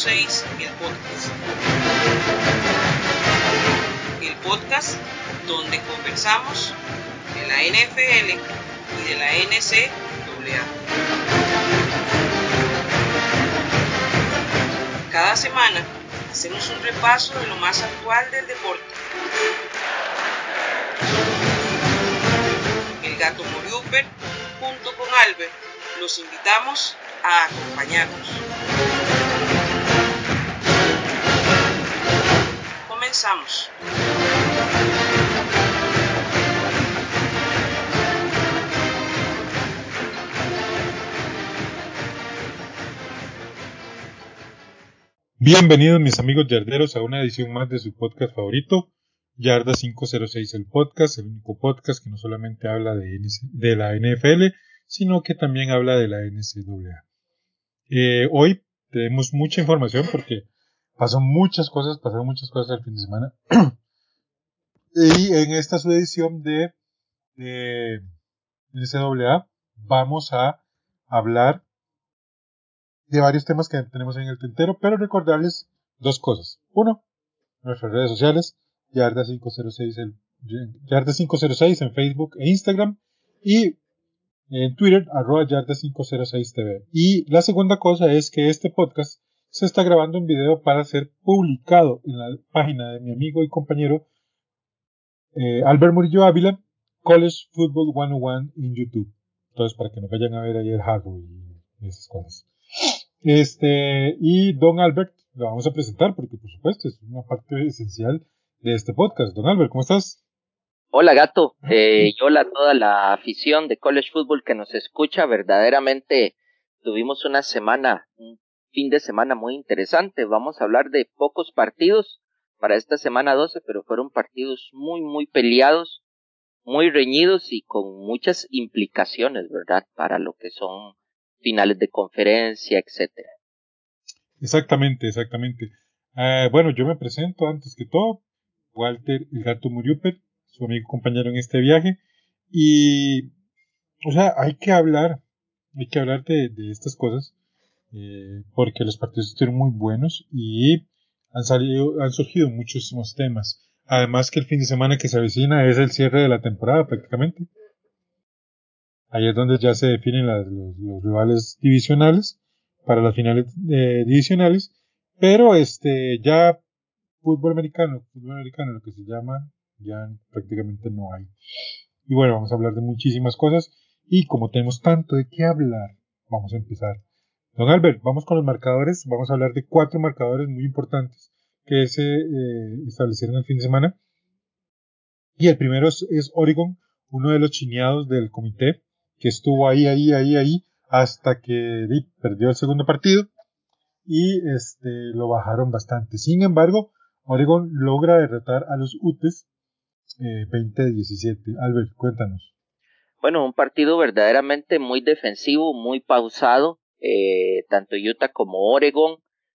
506 el podcast. El podcast donde conversamos de la NFL y de la NCAA. Cada semana hacemos un repaso de lo más actual del deporte. El gato Moriuper, junto con Albert, los invitamos a acompañarnos. Comenzamos. Bienvenidos mis amigos yarderos a una edición más de su podcast favorito, Yarda 506 el podcast, el único podcast que no solamente habla de la NFL, sino que también habla de la NCAA. Hoy tenemos mucha información porque pasaron muchas cosas el fin de semana. Y en esta su edición de NCAA vamos a hablar de varios temas que tenemos en el tintero, pero recordarles dos cosas. Uno, nuestras redes sociales, Yarda506 en Facebook e Instagram, y en Twitter, @Yarda506TV. Y la segunda cosa es que este podcast se está grabando en video para ser publicado en la página de mi amigo y compañero Albert Murillo Ávila, College Football 101 en YouTube. Entonces, para que nos vayan a ver ahí el Hago y esas cosas. Y Don Albert lo vamos a presentar porque, por supuesto, es una parte esencial de este podcast. Don Albert, ¿cómo estás? Hola gato, y hola a toda la afición de College Football que nos escucha. Verdaderamente tuvimos un fin de semana muy interesante. Vamos a hablar de pocos partidos para esta semana 12, pero fueron partidos muy peleados, muy reñidos y con muchas implicaciones, ¿verdad? Para lo que son finales de conferencia, etcétera. Exactamente. Bueno, yo me presento antes que todo, Walter el Gato Muriupet, su amigo y compañero en este viaje. Y, o sea, hay que hablar de estas cosas, porque los partidos estuvieron muy buenos y han surgido muchísimos temas. Además que el fin de semana que se avecina es el cierre de la temporada prácticamente. Ahí es donde ya se definen los rivales divisionales para las finales divisionales. Pero ya fútbol americano, lo que se llama, ya prácticamente no hay. Y bueno, vamos a hablar de muchísimas cosas. Y como tenemos tanto de qué hablar, vamos a empezar. Don Albert, vamos con los marcadores. Vamos a hablar de 4 marcadores muy importantes que se establecieron el fin de semana. Y el primero es Oregon, uno de los chineados del comité, que estuvo ahí, hasta que perdió el segundo partido y lo bajaron bastante. Sin embargo, Oregon logra derrotar a los Utes 20-17. Albert, cuéntanos. Bueno, un partido verdaderamente muy defensivo, muy pausado, tanto Utah como Oregon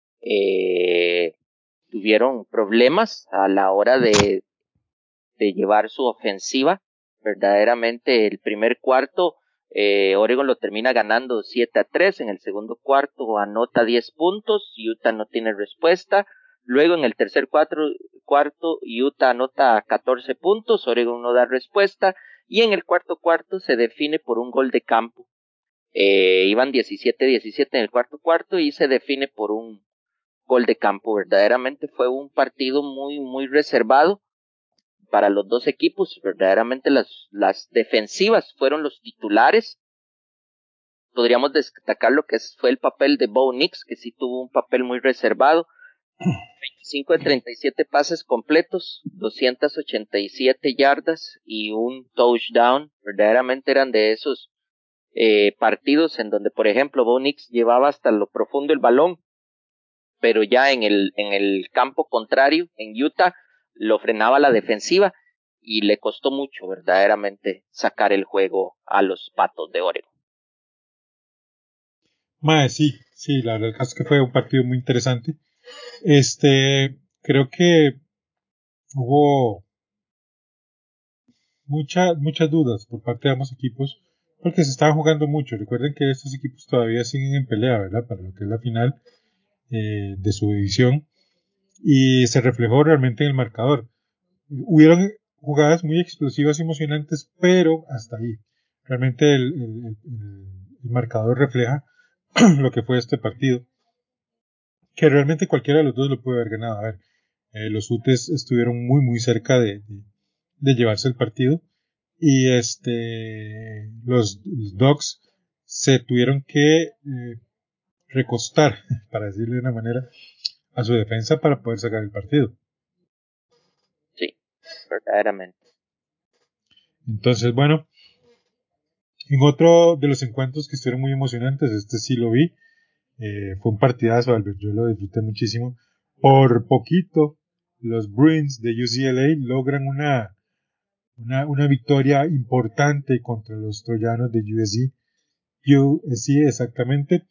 tuvieron problemas a la hora de llevar su ofensiva. Verdaderamente el primer cuarto, Oregon lo termina ganando 7-3, en el segundo cuarto anota 10 puntos, Utah no tiene respuesta. Luego en el tercer cuarto, Utah anota 14 puntos, Oregon no da respuesta, y en el cuarto cuarto se define por un gol de campo. Iban 17-17 en el cuarto cuarto y se define por un gol de campo. Verdaderamente fue un partido muy reservado para los dos equipos. Verdaderamente las defensivas fueron los titulares. Podríamos destacar lo que fue el papel de Bo Nix, que sí tuvo un papel muy reservado. 25 de 37 pases completos, 287 yardas y un touchdown. Verdaderamente eran de esos partidos en donde, por ejemplo, Bo Nix llevaba hasta lo profundo el balón, pero ya en el campo contrario, en Utah, lo frenaba la defensiva y le costó mucho verdaderamente sacar el juego a los Patos de Oregon. Sí, la verdad es que fue un partido muy interesante. Creo que hubo muchas dudas por parte de ambos equipos porque se estaban jugando mucho. Recuerden que estos equipos todavía siguen en pelea, ¿verdad? Para lo que es la final. de su división, y se reflejó realmente en el marcador. Hubieron jugadas muy explosivas y emocionantes, pero hasta ahí. Realmente el marcador refleja lo que fue este partido, que realmente cualquiera de los dos lo puede haber ganado. A ver, los Utes estuvieron muy cerca de llevarse el partido, y los Dogs se tuvieron que recostar, para decirlo de una manera, a su defensa para poder sacar el partido. Sí, verdaderamente. Entonces, bueno, en otro de los encuentros que estuvieron muy emocionantes, este sí lo vi, fue un partidazo, Albert, yo lo disfruté muchísimo. Por poquito, los Bruins de UCLA logran una victoria importante contra los troyanos de USC. USC, exactamente.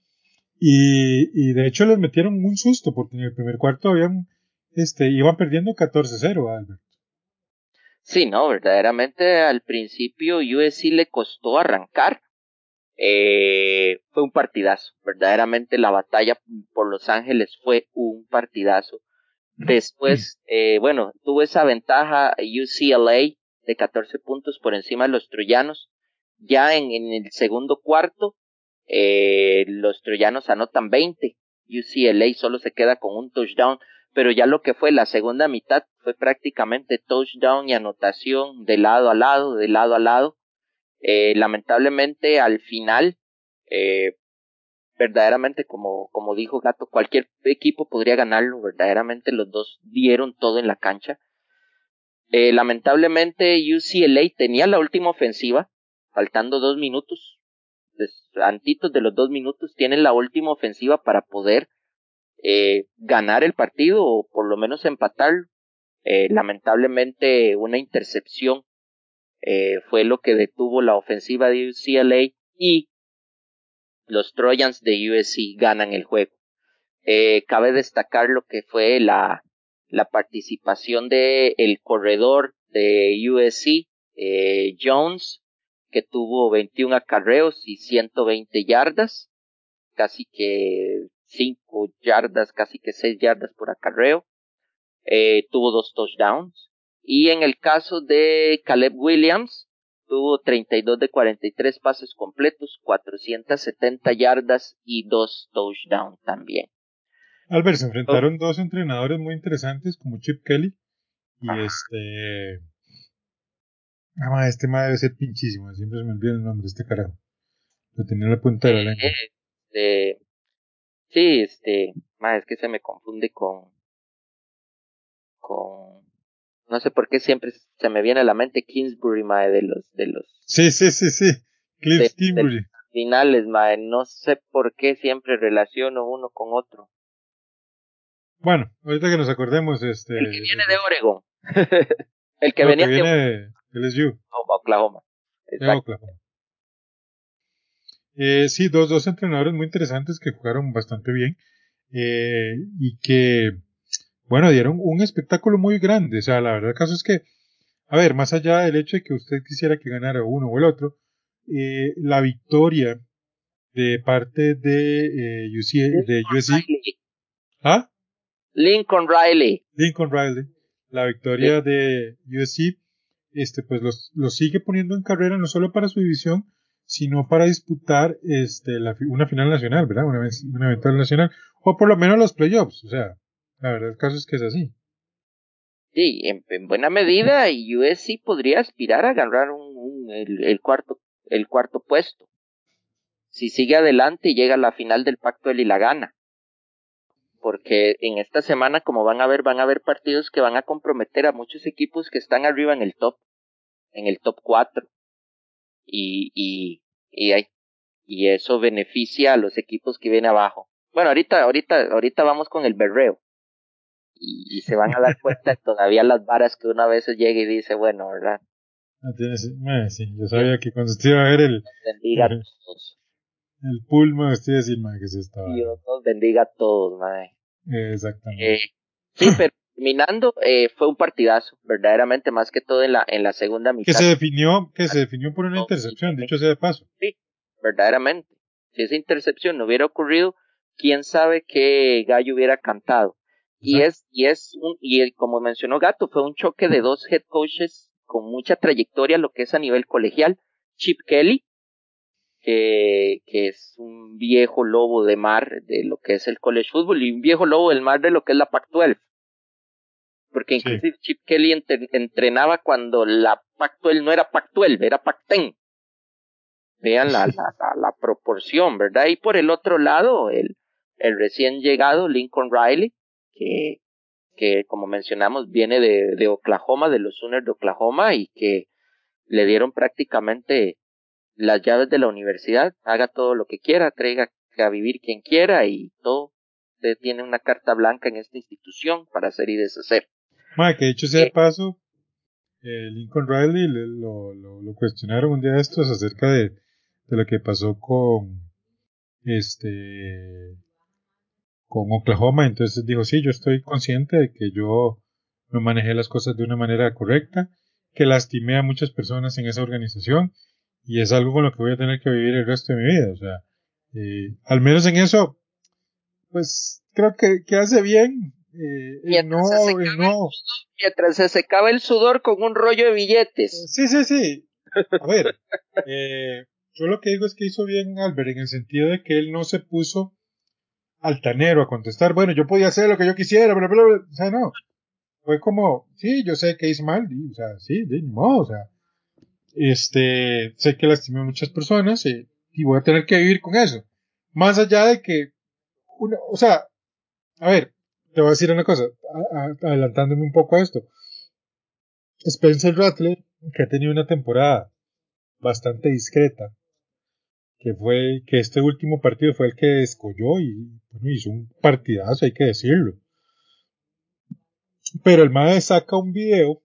Y de hecho les metieron un susto, porque en el primer cuarto iban perdiendo 14-0, Albert. Sí, no, verdaderamente al principio USC le costó arrancar. Fue un partidazo, verdaderamente la batalla por Los Ángeles fue un partidazo. Después, bueno, tuvo esa ventaja UCLA de 14 puntos por encima de los troyanos. Ya en el segundo cuarto, los troyanos anotan 20. UCLA solo se queda con un touchdown, pero ya lo que fue la segunda mitad fue prácticamente touchdown y anotación de lado a lado, de lado a lado. Lamentablemente al final, eh, verdaderamente como dijo Gato, cualquier equipo podría ganarlo, verdaderamente los dos dieron todo en la cancha. Lamentablemente UCLA tenía la última ofensiva, faltando 2 minutos, antitos de los 2 minutos, tienen la última ofensiva para poder ganar el partido o por lo menos empatarlo. Lamentablemente una intercepción fue lo que detuvo la ofensiva de UCLA y los Trojans de USC ganan el juego. Cabe destacar lo que fue la participación de el corredor de USC, Jones, que tuvo 21 acarreos y 120 yardas, casi que 5 yardas, casi que 6 yardas por acarreo. Tuvo 2 touchdowns. Y en el caso de Caleb Williams, tuvo 32 de 43 pases completos, 470 yardas y 2 touchdowns también. Albert, se enfrentaron dos entrenadores muy interesantes como Chip Kelly y este ma debe ser pinchísimo, siempre se me olvida el nombre de este carajo. Lo tenía en la punta de la lengua. Sí, es que se me confunde con, no sé por qué siempre se me viene a la mente Kingsbury, mae, de los Sí. Cliff de los Kingsbury. finales, mae, no sé por qué siempre relaciono uno con otro. Bueno, ahorita que nos acordemos, El que viene de Oregon. El que no, que venía de viene de LSU, Oklahoma. de Exacto. Oklahoma. Sí, dos entrenadores muy interesantes que jugaron bastante bien, y que, bueno, dieron un espectáculo muy grande. O sea, la verdad el caso es que, a ver, más allá del hecho de que usted quisiera que ganara uno o el otro, la victoria de parte de de Lincoln USC, Riley. ¿ah? Lincoln Riley. Lincoln Riley, la Sí, victoria de USC, pues los sigue poniendo en carrera no solo para su división, sino para disputar una final nacional, ¿verdad? Una eventual nacional, o por lo menos los playoffs. O sea, la verdad el caso es que es así. sí, en buena medida USC podría aspirar a ganar el cuarto puesto. Si sigue adelante y llega a la final del Pacto y la gana. Porque en esta semana, como van a haber partidos que van a comprometer a muchos equipos que están arriba en el top 4. Y, y, y, y eso beneficia a los equipos que vienen abajo. Bueno, ahorita vamos con el berreo. Y se van a dar cuenta todavía las varas que una vez llega y dice, bueno, ¿verdad? Sí, yo Dios sabía que cuando usted iba a ver nos bendiga a todos. el Pulma, usted iba a decir, que se estaba. Dios nos bendiga a todos, madre. Exactamente. Eh, sí, pero terminando, fue un partidazo, verdaderamente, más que todo en la segunda Que mitad. se definió por una Todo muy intercepción, bien. dicho sea de paso. Sí, verdaderamente. Si esa intercepción no hubiera ocurrido, quién sabe qué gallo hubiera cantado. Como mencionó Gato, fue un choque de dos head coaches con mucha trayectoria, lo que es a nivel colegial. Chip Kelly, que es un viejo lobo de mar de lo que es el college football y un viejo lobo del mar de lo que es la Pac-12. Porque inclusive Chip Kelly entrenaba cuando la Pac-12 no era Pac-12, era Pac-10. Vean la proporción, ¿verdad? Y por el otro lado, el recién llegado Lincoln Riley, que como mencionamos viene de Oklahoma, de los Sooners de Oklahoma, y que le dieron prácticamente las llaves de la universidad, haga todo lo que quiera, traiga a vivir quien quiera y todo. Usted tiene una carta blanca en esta institución para hacer y deshacer. Que dicho sea de paso, Lincoln Riley lo cuestionaron un día de estos acerca de lo que pasó con Oklahoma. Entonces dijo, sí, yo estoy consciente de que yo no manejé las cosas de una manera correcta, que lastimé a muchas personas en esa organización y es algo con lo que voy a tener que vivir el resto de mi vida. O sea, al menos en eso, pues creo que hace bien. Mientras se secaba el sudor con un rollo de billetes. Sí. A ver, yo lo que digo es que hizo bien Albert en el sentido de que él no se puso altanero a contestar, bueno, yo podía hacer lo que yo quisiera, bla, bla, bla. O sea, no. Fue como, sí, yo sé que hice mal, o sea, sí, de modo, o sea, sé que lastimé a muchas personas y voy a tener que vivir con eso. Más allá de que, o sea, a ver, te voy a decir una cosa, adelantándome un poco a esto. Spencer Rattler, que ha tenido una temporada bastante discreta, que este último partido fue el que descolló y bueno, hizo un partidazo, hay que decirlo. Pero el MAE saca un video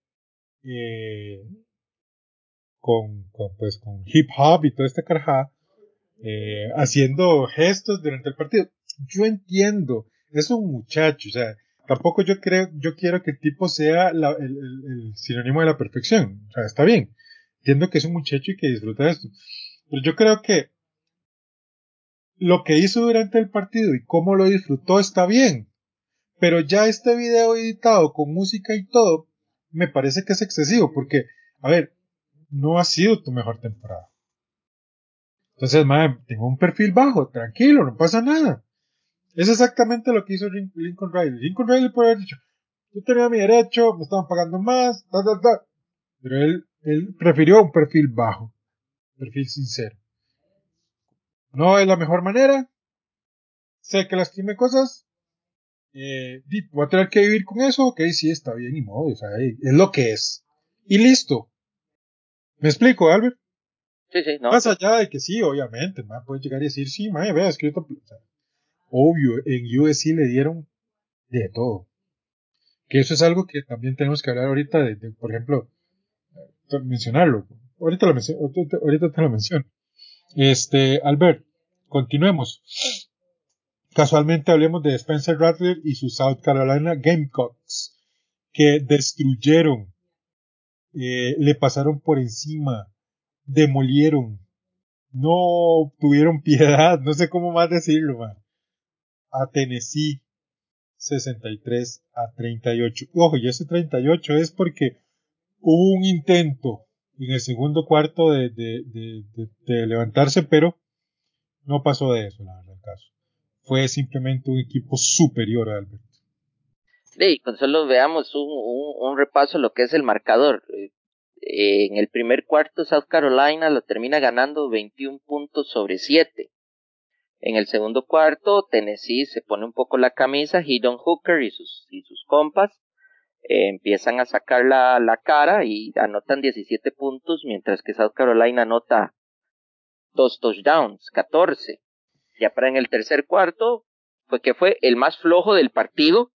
con hip hop y toda esta carajada, haciendo gestos durante el partido. Yo entiendo, es un muchacho, o sea, tampoco yo quiero que el tipo sea el sinónimo de la perfección, o sea, está bien, entiendo que es un muchacho y que disfruta de esto, pero yo creo que lo que hizo durante el partido y cómo lo disfrutó está bien, pero ya este video editado con música y todo, me parece que es excesivo, porque, a ver, no ha sido tu mejor temporada. Entonces, madre, tengo un perfil bajo, tranquilo, no pasa nada. Es exactamente lo que hizo Lincoln Riley. Lincoln Riley puede haber dicho, yo tenía mi derecho, me estaban pagando más, Pero él prefirió un perfil bajo, perfil sincero. No es la mejor manera, sé que lastimé cosas, voy a tener que vivir con eso, ok, sí, está bien, y modo, o sea, es lo que es. Y listo. ¿Me explico, Albert? Sí, no. Más allá de que sí, obviamente, puede llegar y decir, sí, veas que yo obvio, en USC le dieron de todo. Que eso es algo que también tenemos que hablar ahorita por ejemplo, mencionarlo. Ahorita te lo menciono. Albert, continuemos. Casualmente hablemos de Spencer Rattler y sus South Carolina Gamecocks, que destruyeron, le pasaron por encima, demolieron, no tuvieron piedad, no sé cómo más decirlo, man, a Tennessee 63-38. Ojo, y ese 38 es porque hubo un intento en el segundo cuarto de levantarse, pero no pasó de eso, la verdad, el caso. Fue simplemente un equipo superior a Albert. Sí, con solo veamos un repaso de lo que es el marcador. En el primer cuarto, South Carolina lo termina ganando 21 puntos sobre 7. En el segundo cuarto, Tennessee se pone un poco la camisa, Hidon Hooker y sus compas empiezan a sacar la cara y anotan 17 puntos, mientras que South Carolina anota 2 touchdowns, 14. Ya para en el tercer cuarto, fue el más flojo del partido,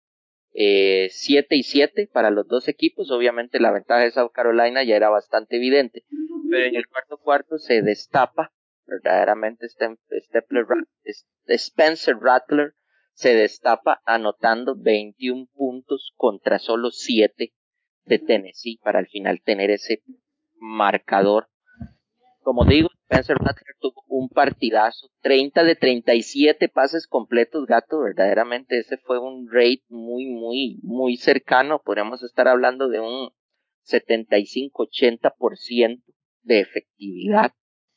7-7 para los dos equipos. Obviamente la ventaja de South Carolina ya era bastante evidente, pero en el cuarto cuarto se destapa verdaderamente Spencer Rattler se destapa anotando 21 puntos contra solo 7 de Tennessee para al final tener ese marcador. Como digo, Spencer Rattler tuvo un partidazo, 30 de 37 pases completos, gato, verdaderamente ese fue un rate muy cercano, podríamos estar hablando de un 75-80% de efectividad.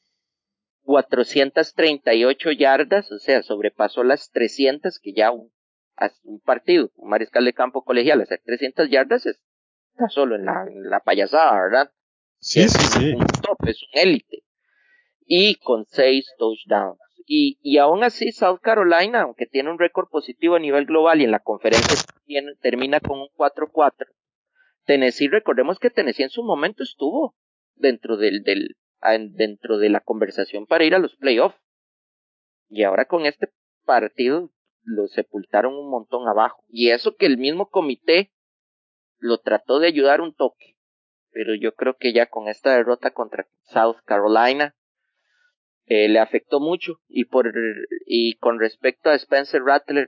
438 yardas, o sea, sobrepasó las 300, que ya un partido, un mariscal de campo colegial, hacer 300 yardas está solo en la payasada, ¿verdad? Sí, es sí. un top, es un élite. Y con 6 touchdowns. Y aún así, South Carolina, aunque tiene un récord positivo a nivel global y en la conferencia termina con un 4-4, Tennessee, recordemos que Tennessee en su momento estuvo dentro dentro de la conversación para ir a los playoffs. Y ahora con este partido lo sepultaron un montón abajo. Y eso que el mismo comité lo trató de ayudar un toque. Pero yo creo que ya con esta derrota contra South Carolina le afectó mucho. Y con respecto a Spencer Rattler,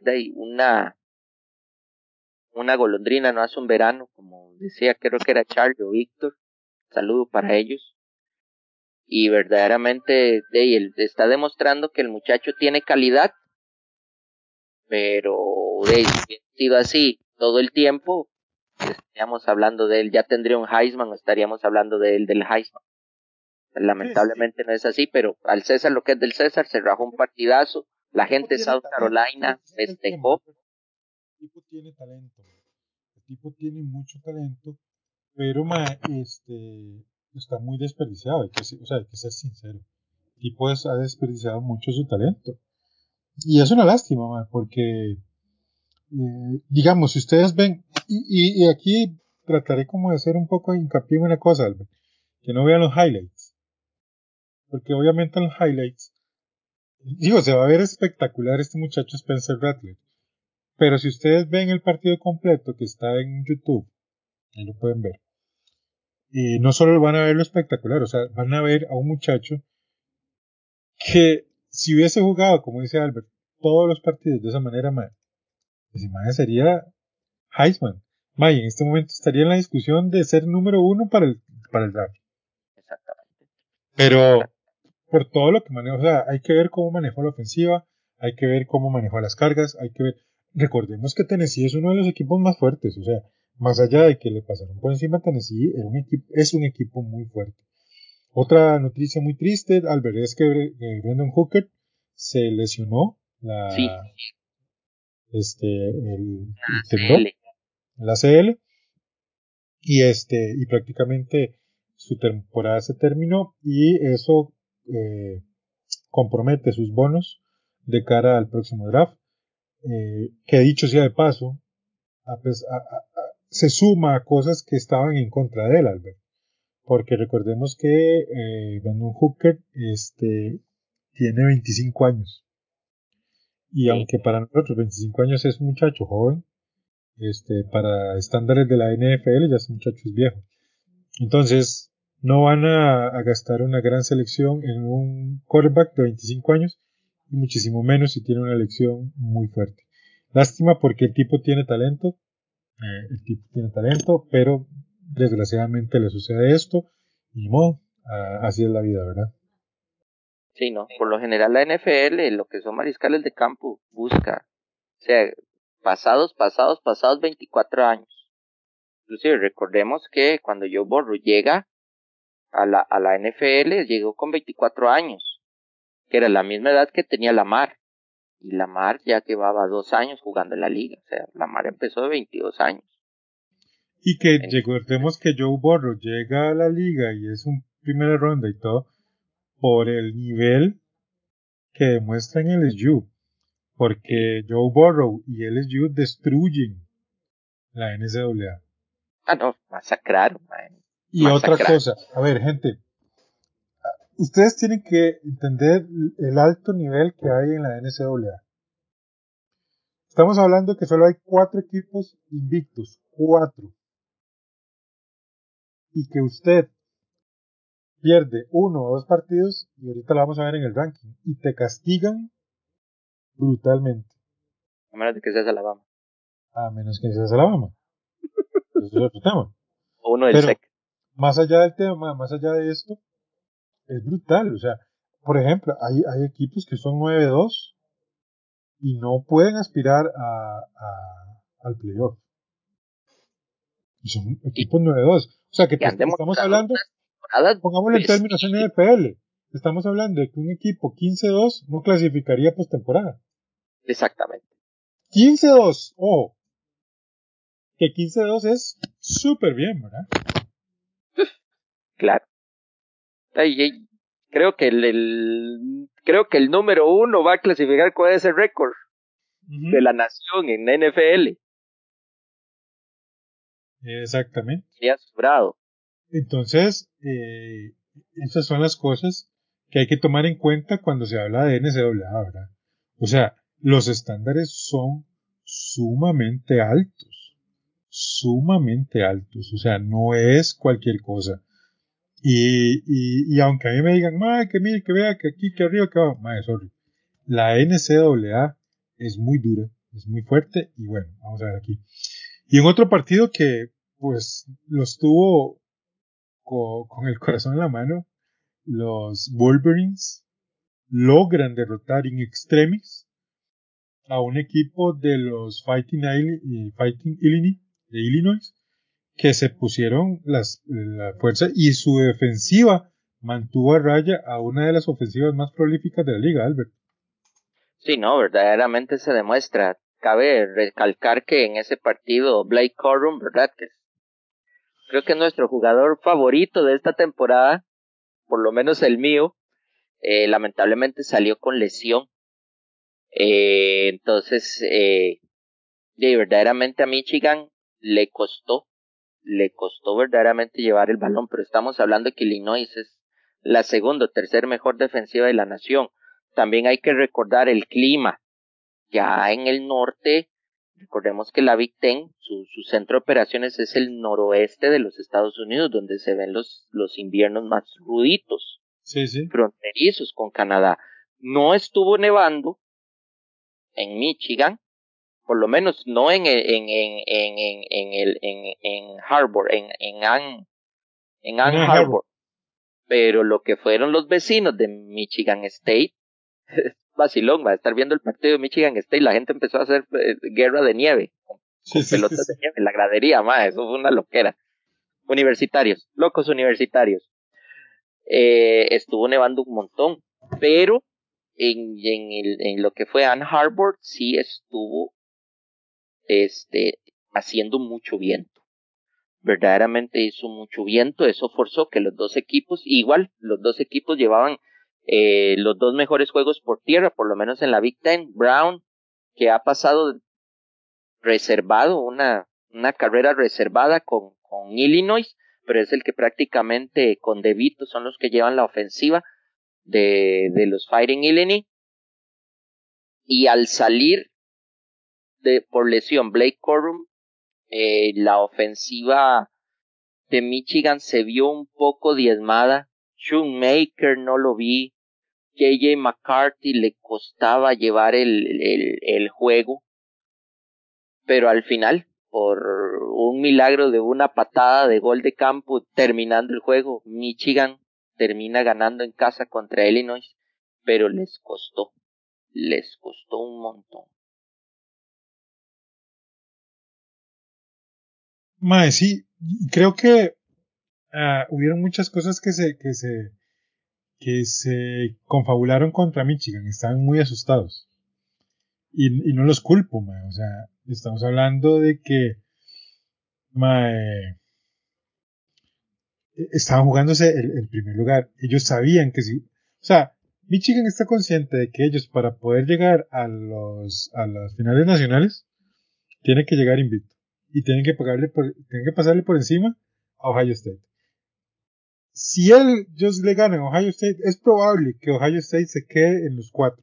una golondrina no hace un verano, como decía, creo que era Charlie o Víctor. Saludo para ellos. Y verdaderamente él está demostrando que el muchacho tiene calidad, pero si hubiera sido así todo el tiempo, estaríamos hablando de él, ya tendría un Heisman o estaríamos hablando de él del Heisman. Lamentablemente no es así, pero al César lo que es del César, se rajó un partidazo, la gente de South Carolina festejó. El tipo tiene talento, el tipo tiene mucho talento, pero está muy desperdiciado, hay que ser sincero. El tipo ha desperdiciado mucho su talento. Y es una lástima, porque digamos, si ustedes ven, y aquí trataré como de hacer un poco de hincapié en una cosa, Albert, que no vean los highlights, porque obviamente en los highlights, digo, se va a ver espectacular este muchacho Spencer Rattler, pero si ustedes ven el partido completo que está en YouTube, ahí lo pueden ver, y no solo van a ver lo espectacular, o sea, van a ver a un muchacho que si hubiese jugado, como dice Albert, todos los partidos de esa manera, ese man sería Heisman. May, en este momento estaría en la discusión de ser número uno para el draft. Exactamente. Pero por todo lo que maneja, o sea, hay que ver cómo manejó la ofensiva, hay que ver cómo manejó las cargas, hay que ver. Recordemos que Tennessee es uno de los equipos más fuertes, o sea, más allá de que le pasaron por encima a Tennessee, es un equipo muy fuerte. Otra noticia muy triste, Albert, es que Brandon Hooker se lesionó Sí, el tendón, CL. el ACL, y prácticamente su temporada se terminó y eso compromete sus bonos de cara al próximo draft, que dicho sea de paso, se suma a cosas que estaban en contra de él, Albert, porque recordemos que Brandon Hooker tiene 25 años y Sí. aunque para nosotros 25 años es un muchacho joven, para estándares de la NFL ya es un muchacho viejo. Entonces, no van a gastar una gran selección en un quarterback de 25 años, y muchísimo menos si tiene una elección muy fuerte. Lástima porque el tipo tiene talento, pero desgraciadamente le sucede esto, y ni modo, así es la vida, ¿verdad? Sí, no. Por lo general la NFL, lo que son mariscales de campo, busca, o sea, pasados 24 años. Inclusive recordemos que cuando Joe Burrow llega a la NFL, llegó con 24 años, que era la misma edad que tenía Lamar. Y Lamar ya llevaba 2 años jugando en la liga. O sea, Lamar empezó de 22 años. Y que recordemos que Joe Burrow llega a la liga y es un primera ronda y todo por el nivel que demuestra en el SU. Porque Joe Burrow y LSU destruyen la NCAA. Ah, no, masacraron, man. Y otra Masacraron. cosa, a ver, gente, ustedes tienen que entender el alto nivel que hay en la NCAA. Estamos hablando que solo hay 4 equipos invictos, 4. Y que usted pierde 1 o 2 partidos, y ahorita lo vamos a ver en el ranking, y te castigan brutalmente. A menos de que seas Alabama. A menos que seas Alabama. Eso es otro tema. O uno del Pero SEC. más allá del tema, más allá de esto, es brutal. O sea, por ejemplo, hay equipos que son 9-2 y no pueden aspirar al playoff. Y son Y equipos 9-2. O sea, que que han estamos demostrado hablando, unas temporadas pongámoslo en términos bestiales. NFL, estamos hablando de que un equipo 15-2 no clasificaría postemporada. Exactamente. 15-2, ojo, que 15-2 es súper bien, ¿verdad? Claro. Creo que creo que el número uno va a clasificar con ese récord de Uh-huh. la nación en NFL. Exactamente. Sería sobrado. Entonces, esas son las cosas que hay que tomar en cuenta cuando se habla de NCAA, ¿verdad? O sea, los estándares son sumamente altos, o sea, no es cualquier cosa. Y aunque a mí me digan, que mire, que vea, que aquí, que arriba, que abajo, sorry. La NCAA es muy dura, es muy fuerte, y bueno, vamos a ver aquí. Y en otro partido que, pues, los tuvo con el corazón en la mano, los Wolverines logran derrotar in extremis a un equipo de los Fighting Illini, de Illinois, que se pusieron la fuerza y su defensiva mantuvo a raya a una de las ofensivas más prolíficas de la liga, Albert. Sí, no, verdaderamente se demuestra. Cabe recalcar que en ese partido Blake Corum, ¿verdad? Que creo que es nuestro jugador favorito de esta temporada, por lo menos el mío, lamentablemente salió con lesión. Entonces, verdaderamente a Michigan le costó verdaderamente llevar el balón, pero estamos hablando de que Illinois es la segunda o tercera mejor defensiva de la nación. También hay que recordar el clima. Ya en el norte, recordemos que la Big Ten, su centro de operaciones es el noroeste de los Estados Unidos, donde se ven los inviernos más ruditos, Sí, sí. fronterizos con Canadá. No estuvo nevando en Michigan, por lo menos no en Harbor, en Ann Una Harbor. Harbor, pero lo que fueron los vecinos de Michigan State, vacilón, va a estar viendo el partido de Michigan State, la gente empezó a hacer guerra de nieve, Sí, con sí, sí, pelotas de sí. nieve, en la gradería, eso fue una loquera. Universitarios, locos universitarios. Estuvo nevando un montón, pero en lo que fue Ann Harbor sí estuvo haciendo mucho viento. Verdaderamente hizo mucho viento, eso forzó que los dos equipos, igual, los dos equipos llevaban los dos mejores juegos por tierra, por lo menos en la Big Ten. Brown, que ha pasado reservado, una carrera reservada con Illinois, pero es el que prácticamente con DeVito son los que llevan la ofensiva de los Fighting Illini. Y al salir por lesión Blake Corum, la ofensiva de Michigan se vio un poco diezmada. Shoemaker no lo vi. JJ McCarthy le costaba llevar el juego, pero al final, por un milagro de una patada de gol de campo terminando el juego, Michigan termina ganando en casa contra Illinois, pero les costó un montón. Sí, creo que hubieron muchas cosas que se confabularon contra Michigan, estaban muy asustados. Y no los culpo, o sea, estamos hablando de que estaban jugándose el primer lugar. Ellos sabían que si, o sea, Michigan está consciente de que ellos para poder llegar a las finales nacionales tienen que llegar invicto y tienen que pasarle por encima a Ohio State. Si ellos le ganan a Ohio State, es probable que Ohio State se quede en los 4.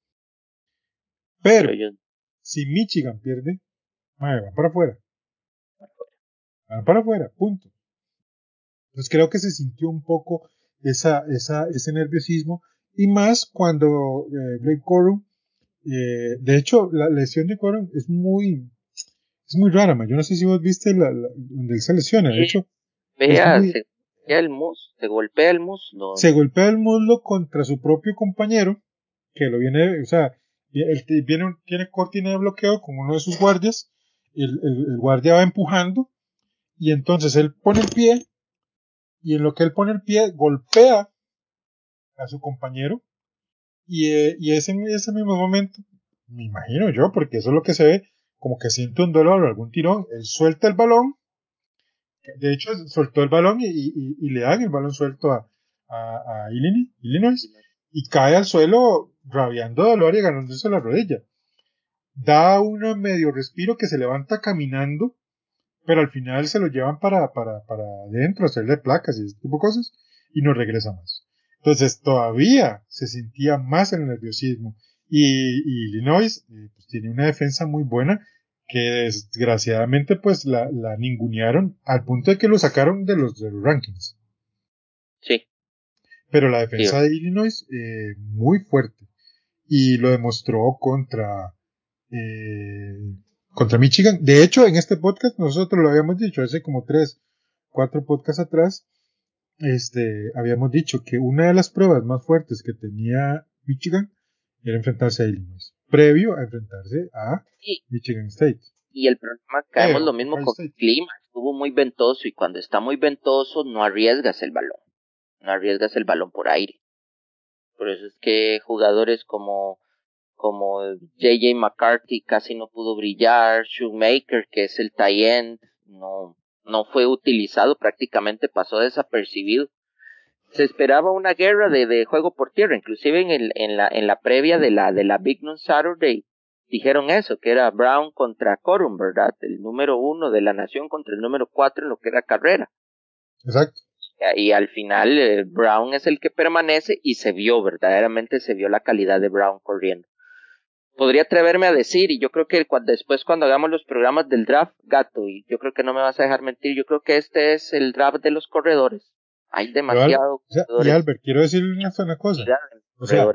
Pero Pero ellos, si Michigan pierde, van para afuera. Van para afuera, punto. Entonces creo que se sintió un poco ese nerviosismo y más cuando Blake Corum, de hecho la lesión de Corum es muy rara, yo no sé si vos viste donde él se lesiona, de hecho es vea, muy, se golpea el muslo. Se golpea el muslo contra su propio compañero, que lo viene, o sea, tiene cortina de bloqueo con uno de sus guardias, el guardia va empujando, y entonces él pone el pie, y en lo que él pone el pie, golpea a su compañero, y ese mismo momento, me imagino yo, porque eso es lo que se ve, como que siente un dolor o algún tirón, él suelta el balón, de hecho soltó el balón y le dan el balón suelto a Illinois, y cae al suelo rabiando dolor y ganándose la rodilla. Da un medio respiro que se levanta caminando, pero al final se lo llevan para adentro, hacerle placas y ese tipo de cosas, y no regresa más. Entonces todavía se sentía más el nerviosismo. Y Illinois pues, tiene una defensa muy buena que desgraciadamente pues la ningunearon al punto de que lo sacaron de los rankings. Sí. Pero la Sí. defensa de Illinois muy fuerte y lo demostró contra Michigan. De hecho, en este podcast nosotros lo habíamos dicho hace como 4 podcasts atrás. Habíamos dicho que una de las pruebas más fuertes que tenía Michigan era enfrentarse a Illinois, previo a enfrentarse a Y, Michigan State. y el problema, caemos lo mismo Ohio con State. el clima, estuvo muy ventoso y cuando está muy ventoso no arriesgas el balón, por aire. Por eso es que jugadores como J.J. McCarthy casi no pudo brillar, Shoemaker, que es el tight end, no fue utilizado, prácticamente pasó desapercibido. Se esperaba una guerra de juego por tierra, inclusive en la previa de la Big Noon Saturday dijeron eso, que era Brown contra Corum, ¿verdad? El número 1 de la nación contra el número 4 en lo que era carrera. Exacto. Y al final Brown es el que permanece y verdaderamente se vio la calidad de Brown corriendo. Podría atreverme a decir, y yo creo que después cuando hagamos los programas del draft, Gato, y yo creo que no me vas a dejar mentir, yo creo que este es el draft de los corredores. Hay demasiados Y corredores. Albert, quiero decirle una cosa. O sea,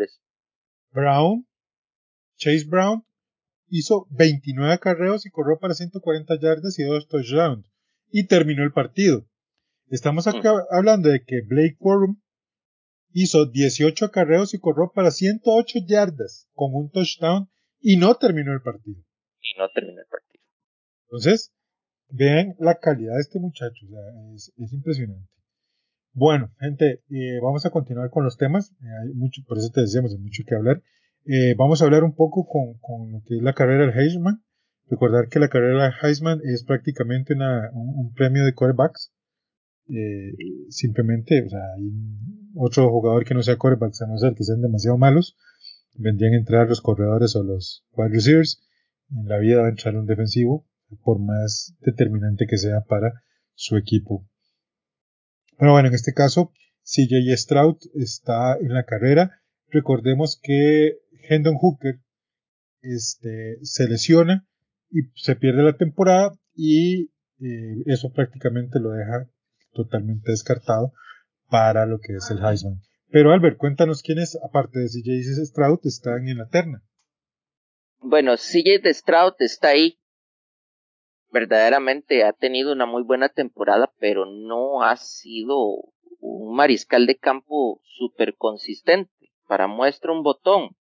Chase Brown hizo 29 acarreos y corrió para 140 yardas y 2 touchdowns. Y terminó el partido. Estamos acá hablando de que Blake Corum hizo 18 acarreos y corrió para 108 yardas con un touchdown y no terminó el partido. Entonces, vean la calidad de este muchacho. O sea, es impresionante. Bueno, gente, vamos a continuar con los temas. Hay mucho, por eso te decíamos, hay mucho que hablar. Vamos a hablar un poco con lo que es la carrera del Heisman. Recordar que la carrera del Heisman es prácticamente un premio de quarterbacks. Simplemente, o sea, hay otro jugador que no sea quarterbacks, a no ser que sean demasiado malos, vendrían a entrar los corredores o los wide receivers. En la vida va a entrar un defensivo, por más determinante que sea para su equipo. Pero bueno, en este caso, CJ Stroud está en la carrera. Recordemos que Hendon Hooker se lesiona y se pierde la temporada y eso prácticamente lo deja totalmente descartado para lo que es el Heisman. Pero Albert, cuéntanos quiénes, aparte de CJ Stroud, están en la terna. Bueno, CJ Stroud está ahí. Verdaderamente ha tenido una muy buena temporada, pero no ha sido un mariscal de campo súper consistente. Para muestra un botón,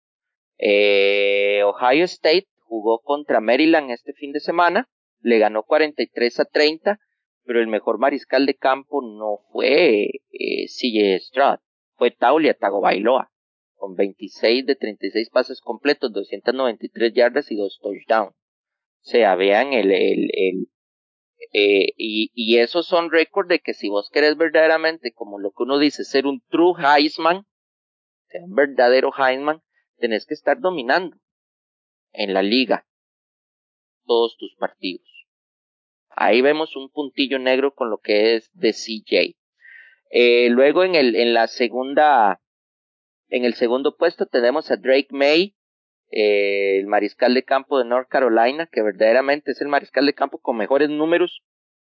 Ohio State jugó contra Maryland este fin de semana, le ganó 43-30, pero el mejor mariscal de campo no fue CJ Stroud, fue Taulia Tagovailoa, con 26 de 36 pases completos, 293 yardas y 2 touchdowns. O sea, vean y esos son récords de que si vos querés verdaderamente, como lo que uno dice, ser un true Heisman, ser un verdadero Heisman, tenés que estar dominando en la liga todos tus partidos. Ahí vemos un puntillo negro con lo que es de CJ. Luego en el segundo puesto tenemos a Drake May, el mariscal de campo de North Carolina, que verdaderamente es el mariscal de campo con mejores números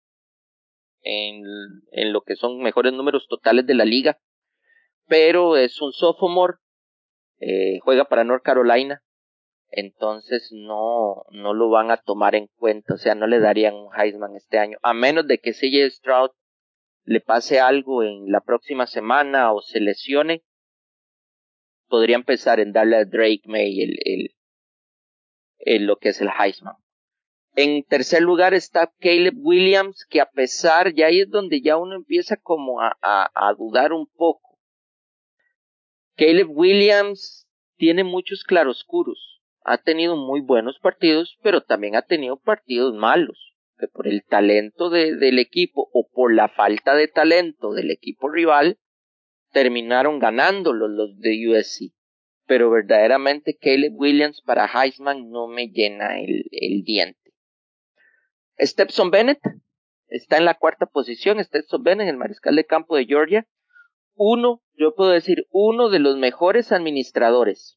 en lo que son mejores números totales de la liga, pero es un sophomore, juega para North Carolina, entonces no lo van a tomar en cuenta, o sea, no le darían un Heisman este año, a menos de que CJ Stroud le pase algo en la próxima semana o se lesione, podrían pensar en darle a Drake May lo que es el Heisman. En tercer lugar está Caleb Williams, que a pesar, ya ahí es donde ya uno empieza como a dudar un poco. Caleb Williams tiene muchos claroscuros. Ha tenido muy buenos partidos, pero también ha tenido partidos malos, que por el talento del equipo o por la falta de talento del equipo rival, terminaron ganándolo los de USC. Pero verdaderamente Caleb Williams para Heisman no me llena el diente. Stetson Bennett está en la cuarta posición. Stetson Bennett, el mariscal de campo de Georgia. Yo puedo decir, uno de los mejores administradores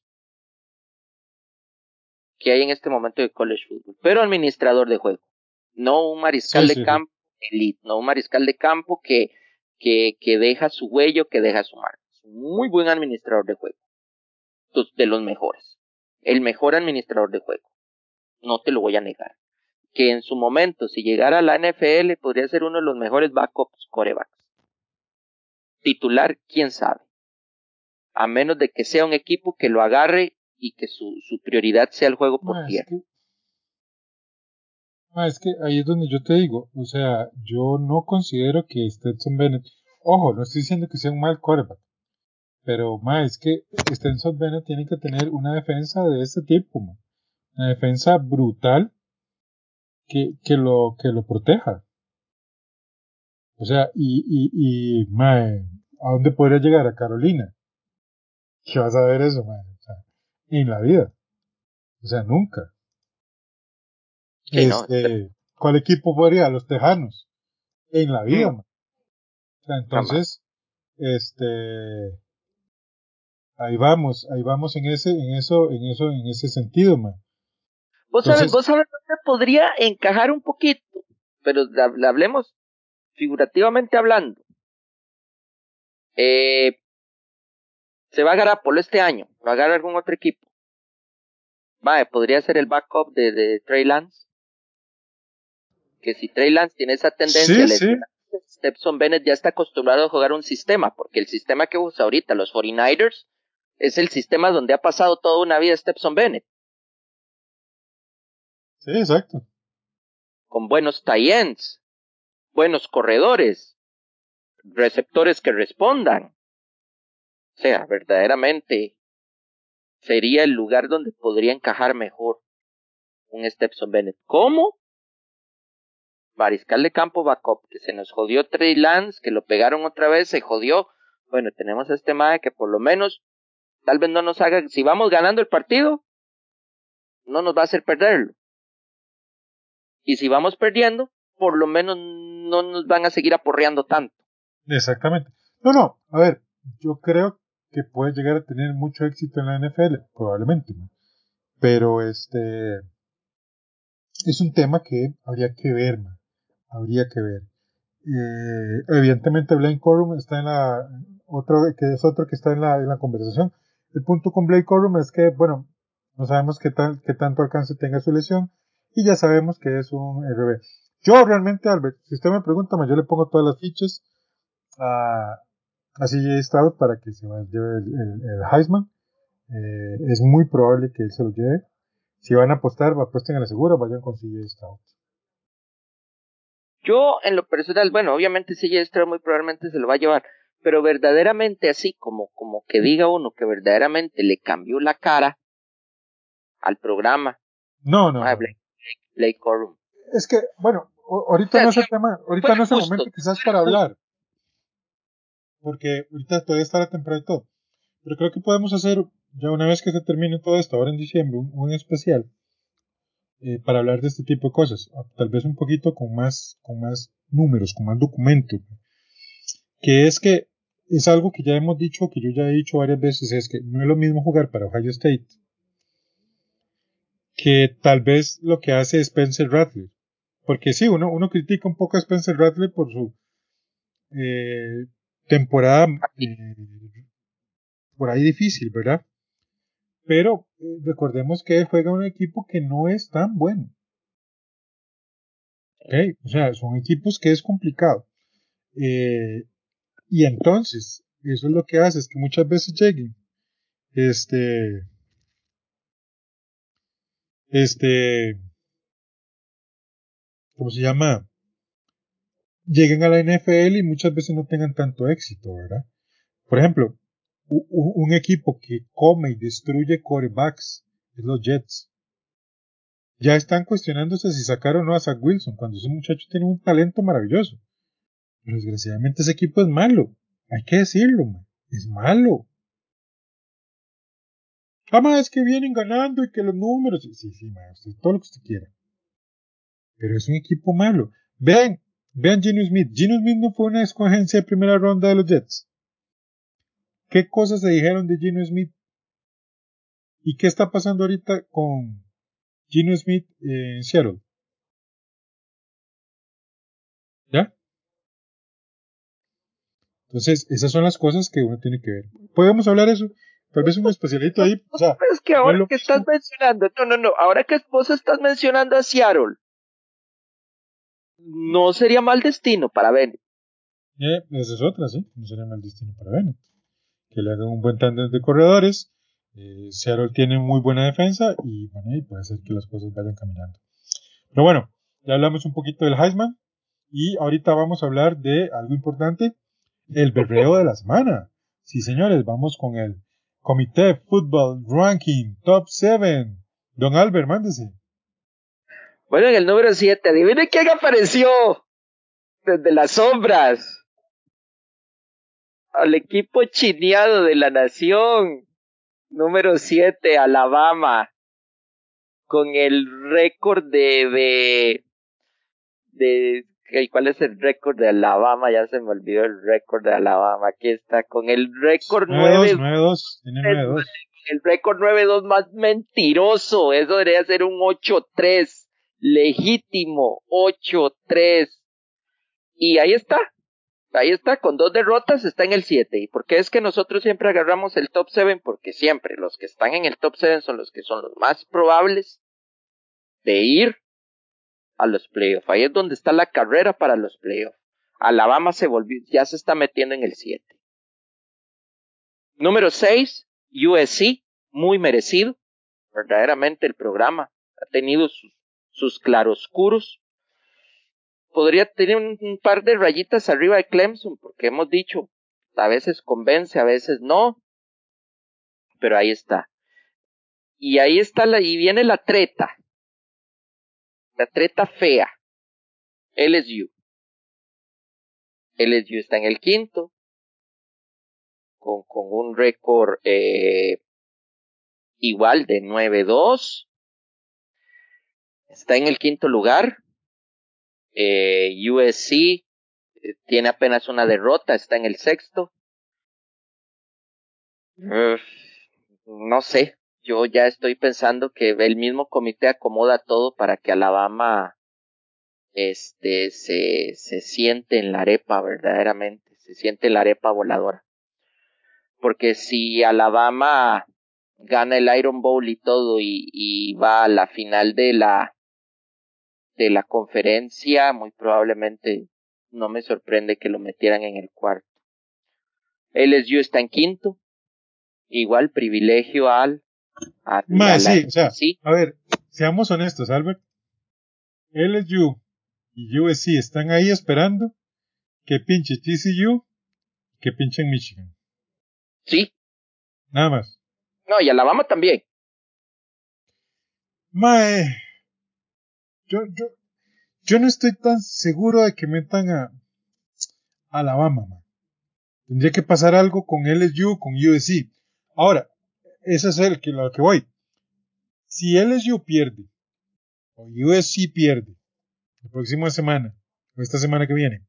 que hay en este momento de college football, pero administrador de juego. No un mariscal de campo elite, no un mariscal de campo que deja su huello, que deja su marca. Es un muy buen administrador de juego. De los mejores. El mejor administrador de juego. No te lo voy a negar. Que en su momento, si llegara a la NFL, podría ser uno de los mejores backups quarterbacks. Titular, quién sabe. A menos de que sea un equipo que lo agarre y que su prioridad sea el juego por tierra. Es que ahí es donde yo te digo, o sea, yo no considero que Stetson Bennett, ojo, no estoy diciendo que sea un mal quarterback, pero es que Stetson Bennett tiene que tener una defensa de este tipo, una defensa brutal que lo proteja. O sea, ¿a dónde podría llegar? A Carolina. ¿Qué vas a ver eso, O sea, en la vida. O sea, nunca. Sí, no, ¿Cuál equipo podría? Los Tejanos. En la vida, O sea, entonces, ahí vamos en ese sentido, Vos sabes dónde podría encajar un poquito, pero hablemos figurativamente hablando. Se va a Garapolo este año, va a agarrar algún otro equipo. Podría ser el backup de Trey Lance. Que si Trey Lance tiene esa tendencia, Stetson Bennett ya está acostumbrado a jugar un sistema, porque el sistema que usa ahorita los 49ers es el sistema donde ha pasado toda una vida Stetson Bennett. Sí, exacto. Con buenos tight ends, buenos corredores, receptores que respondan. O sea, verdaderamente sería el lugar donde podría encajar mejor un Stetson Bennett. ¿Cómo? Mariscal de campo backup, que se nos jodió Trey Lance, que lo pegaron otra vez, se jodió. Bueno, tenemos a este mae que por lo menos, tal vez no nos haga, si vamos ganando el partido, no nos va a hacer perderlo. Y si vamos perdiendo, por lo menos no nos van a seguir aporreando tanto. Exactamente. No, a ver, yo creo que puede llegar a tener mucho éxito en la NFL, probablemente, pero es un tema que habría que ver, habría que ver. Evidentemente Blake Corum está en otro que está en la conversación. El punto con Blake Corum es que, bueno, no sabemos qué tanto alcance tenga su lesión y ya sabemos que es un RB. Yo realmente, Albert, si usted me pregunta, yo le pongo todas las fichas a CJ Stroud para que se lleve el Heisman. Es muy probable que él se lo lleve. Si van a apostar, apuesten a la segura, vayan con CJ Stroud. Yo, en lo personal, bueno, obviamente CJ Stroud muy probablemente se lo va a llevar, pero verdaderamente así, como que diga uno que verdaderamente le cambió la cara al programa. No. Blake Corum. Es que, bueno, ahorita no es el tema, ahorita no es el momento quizás para hablar, porque ahorita todavía está la temporada y todo. Pero creo que podemos hacer, ya una vez que se termine todo esto, ahora en diciembre, un especial para hablar de este tipo de cosas. Tal vez un poquito con más números, con más documento. Que es algo que ya hemos dicho, que yo ya he dicho varias veces, es que no es lo mismo jugar para Ohio State que tal vez lo que hace Spencer Rattler. Porque sí, uno critica un poco a Spencer Rattler por su temporada por ahí difícil, ¿verdad? Pero recordemos que él juega un equipo que no es tan bueno. ¿Okay? O sea, son equipos que es complicado. Y entonces, eso es lo que hace, es que muchas veces lleguen, este, este, ¿cómo se llama? Lleguen a la NFL y muchas veces no tengan tanto éxito, ¿verdad? Por ejemplo, un equipo que come y destruye quarterbacks es los Jets. Ya están cuestionándose si sacar o no a Zach Wilson, cuando ese muchacho tiene un talento maravilloso. Pero desgraciadamente ese equipo es malo. Hay que decirlo, man. Es malo. Jamás es que vienen ganando y que los números. Sí, man, usted, todo lo que usted quiera. Pero es un equipo malo. Vean Geno Smith. Geno Smith no fue una escogencia de primera ronda de los Jets. ¿Qué cosas se dijeron de Geno Smith? ¿Y qué está pasando ahorita con Geno Smith en Seattle? ¿Ya? Entonces, esas son las cosas que uno tiene que ver. Podemos hablar eso. Tal vez un especialito ahí. O sea, Es que no es ahora lo que estás mismo. mencionando, no, ahora que vos estás mencionando a Seattle, no sería mal destino para Bennett. Esa es otra, sí. No sería mal destino para Bennett. Que le hagan un buen tándem de corredores. Seattle tiene muy buena defensa y bueno, y puede ser que las cosas vayan caminando. Pero bueno, ya hablamos un poquito del Heisman y ahorita vamos a hablar de algo importante, el berreo de la semana. Sí, señores, vamos con el Comité Football Ranking Top 7. Don Albert, mándese. Bueno, en el número 7, adivine quién apareció desde las sombras. Al equipo chineado de la nación. Número 7, Alabama. Con el récord ¿cuál es el récord de Alabama? Ya se me olvidó el récord de Alabama. Aquí está, con el récord 9-2, 9-2, 9-2, tiene 9-2. el récord 9-2 más mentiroso. Eso debería ser un 8-3, legítimo, 8-3. Y ahí está, con 2 derrotas está en el 7. ¿Y por qué es que nosotros siempre agarramos el top 7? Porque siempre los que están en el top 7 son los que son los más probables de ir a los playoffs. Ahí es donde está la carrera para los playoffs. Alabama ya se está metiendo en el 7. Número 6, USC, muy merecido. Verdaderamente el programa ha tenido sus claroscuros. Podría tener un par de rayitas arriba de Clemson, porque hemos dicho, a veces convence, a veces no, pero ahí está. Y ahí está y viene la treta fea, LSU. LSU está en el quinto, con un récord igual de 9-2. Está en el quinto lugar. USC tiene apenas una derrota, está en el sexto. No sé, yo ya estoy pensando que el mismo comité acomoda todo para que Alabama se siente en la arepa, verdaderamente, se siente en la arepa voladora. Porque si Alabama gana el Iron Bowl y todo y va a la final de la conferencia, muy probablemente no me sorprende que lo metieran en el cuarto. LSU está en quinto, igual privilegio a la Sí, o sea, sí, a ver, seamos honestos, Albert. LSU y USC están ahí esperando que pinche TCU, que pinchen Michigan. sí, Nada más. no, y Alabama también. Mae, yo, yo, yo no estoy tan seguro de que metan a Alabama, mae. Tendría que pasar algo con LSU, con USC. Ahora, ese es lo que voy. Si LSU pierde, o USC pierde, la próxima semana, o esta semana que viene,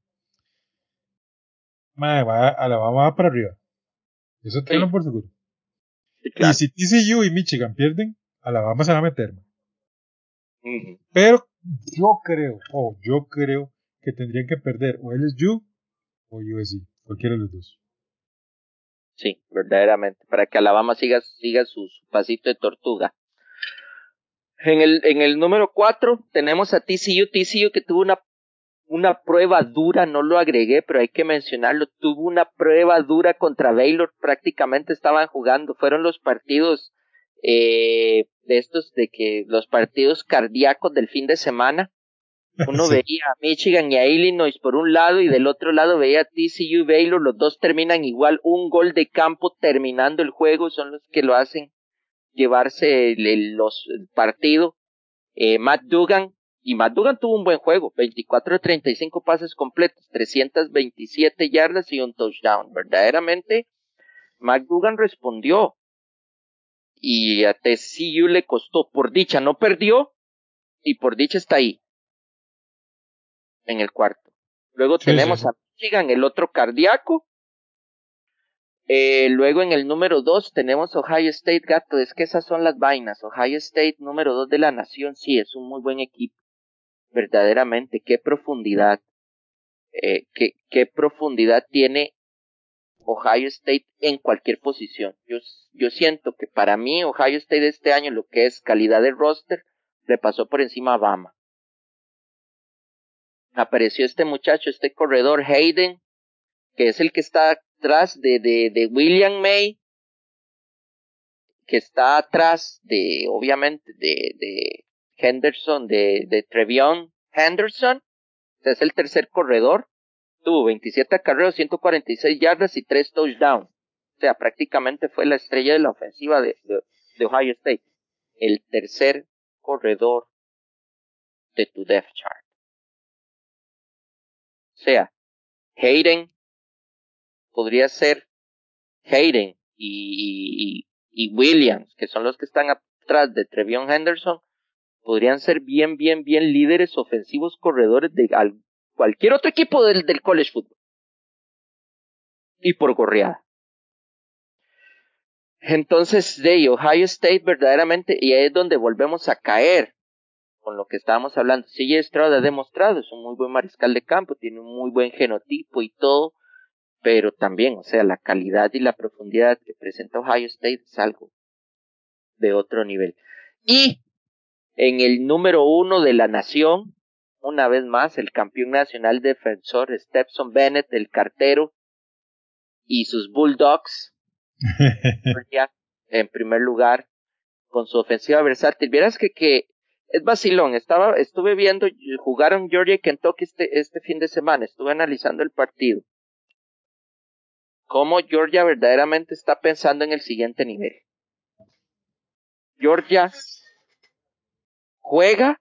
mae, Alabama va para arriba. Eso tenlo Sí, por seguro. sí, Y claro. si TCU y Michigan pierden, Alabama se va a meter. Uh-huh. Pero yo creo que tendrían que perder o LSU o USC, cualquiera de los dos. Sí, verdaderamente, para que Alabama siga su pasito de tortuga. En el número 4 tenemos a TCU que tuvo una prueba dura, no lo agregué, pero hay que mencionarlo, tuvo una prueba dura contra Baylor, prácticamente estaban jugando, fueron los partidos de estos, de que los partidos cardíacos del fin de semana, uno Sí. veía a Michigan y a Illinois por un lado y del otro lado veía a TCU y Baylor, los dos terminan igual, un gol de campo terminando el juego, son los que lo hacen llevarse el partido. Matt Duggan tuvo un buen juego, 24 de 35 pases completos, 327 yardas y un touchdown. Verdaderamente, Matt Duggan respondió y a TCU le costó. Por dicha no perdió y por dicha está ahí en el cuarto. Luego Sí, tenemos sí. a Michigan, el otro cardíaco. Luego en el número 2 tenemos Ohio State, gato, es que esas son las vainas. Ohio State, número 2 de la nación, sí, es un muy buen equipo. Verdaderamente, qué profundidad. Qué profundidad tiene Ohio State en cualquier posición. Yo siento que para mí Ohio State este año, lo que es calidad de roster, le pasó por encima a Bama. Apareció este muchacho, este corredor Hayden, que es el que está atrás de William May, que está atrás de, obviamente, de Henderson, de Trevion Henderson. Es el tercer corredor. Tuvo 27 acarreos, 146 yardas y 3 touchdowns. O sea, prácticamente fue la estrella de la ofensiva de Ohio State. El tercer corredor de tu depth chart. O sea, Hayden podría ser Hayden y Williams, que son los que están atrás de Trevion Henderson, podrían ser bien líderes ofensivos corredores de cualquier otro equipo del college football. Y por gorreada. Entonces, de Ohio State verdaderamente, y ahí es donde volvemos a caer con lo que estábamos hablando. CJ Stroud ha demostrado, es un muy buen mariscal de campo, tiene un muy buen genotipo y todo, pero también, o sea, la calidad y la profundidad que presenta Ohio State es algo de otro nivel. Y en el número 1 de la nación, una vez más, el campeón nacional defensor Stetson Bennett, el cartero, y sus Bulldogs, en primer lugar, con su ofensiva versátil. Vieras que es vacilón. Estuve viendo, jugaron Georgia y Kentucky este fin de semana. Estuve analizando el partido. Cómo Georgia verdaderamente está pensando en el siguiente nivel. Georgia juega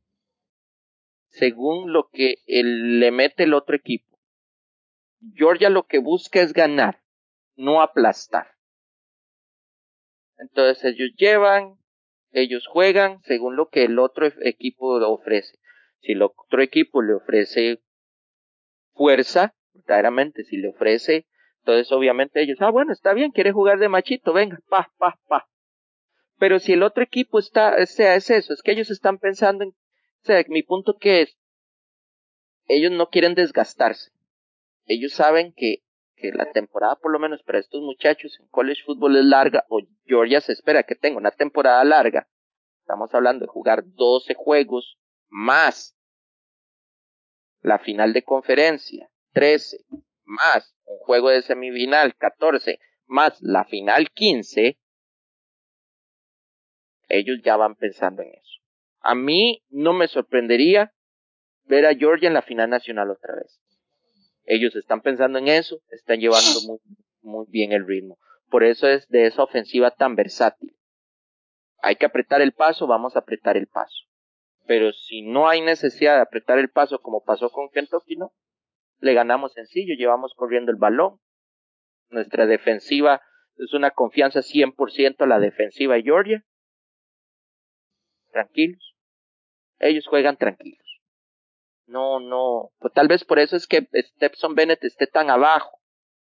según lo que le mete el otro equipo. Georgia lo que busca es ganar, no aplastar. Entonces ellos juegan según lo que el otro equipo ofrece. Si el otro equipo le ofrece fuerza, verdaderamente, si le ofrece, entonces obviamente ellos, bueno, está bien, quiere jugar de machito, venga, pa. Pero si el otro equipo está, o sea, es eso, es que ellos están pensando en, o sea, mi punto que es, ellos no quieren desgastarse. Ellos saben que la temporada, por lo menos para estos muchachos en college football es larga, o Georgia se espera que tenga una temporada larga. Estamos hablando de jugar 12 juegos más la final de conferencia, 13, más un juego de semifinal, 14, más la final 15, ellos ya van pensando en eso. A mí no me sorprendería ver a Georgia en la final nacional otra vez. Ellos están pensando en eso, están llevando muy bien el ritmo. Por eso es de esa ofensiva tan versátil. Hay que apretar el paso, vamos a apretar el paso. Pero si no hay necesidad de apretar el paso como pasó con Kentucky, no. Le ganamos sencillo, llevamos corriendo el balón. Nuestra defensiva es una confianza 100% a la defensiva de Georgia. Tranquilos. Ellos juegan tranquilos. No, pues tal vez por eso es que Stetson Bennett esté tan abajo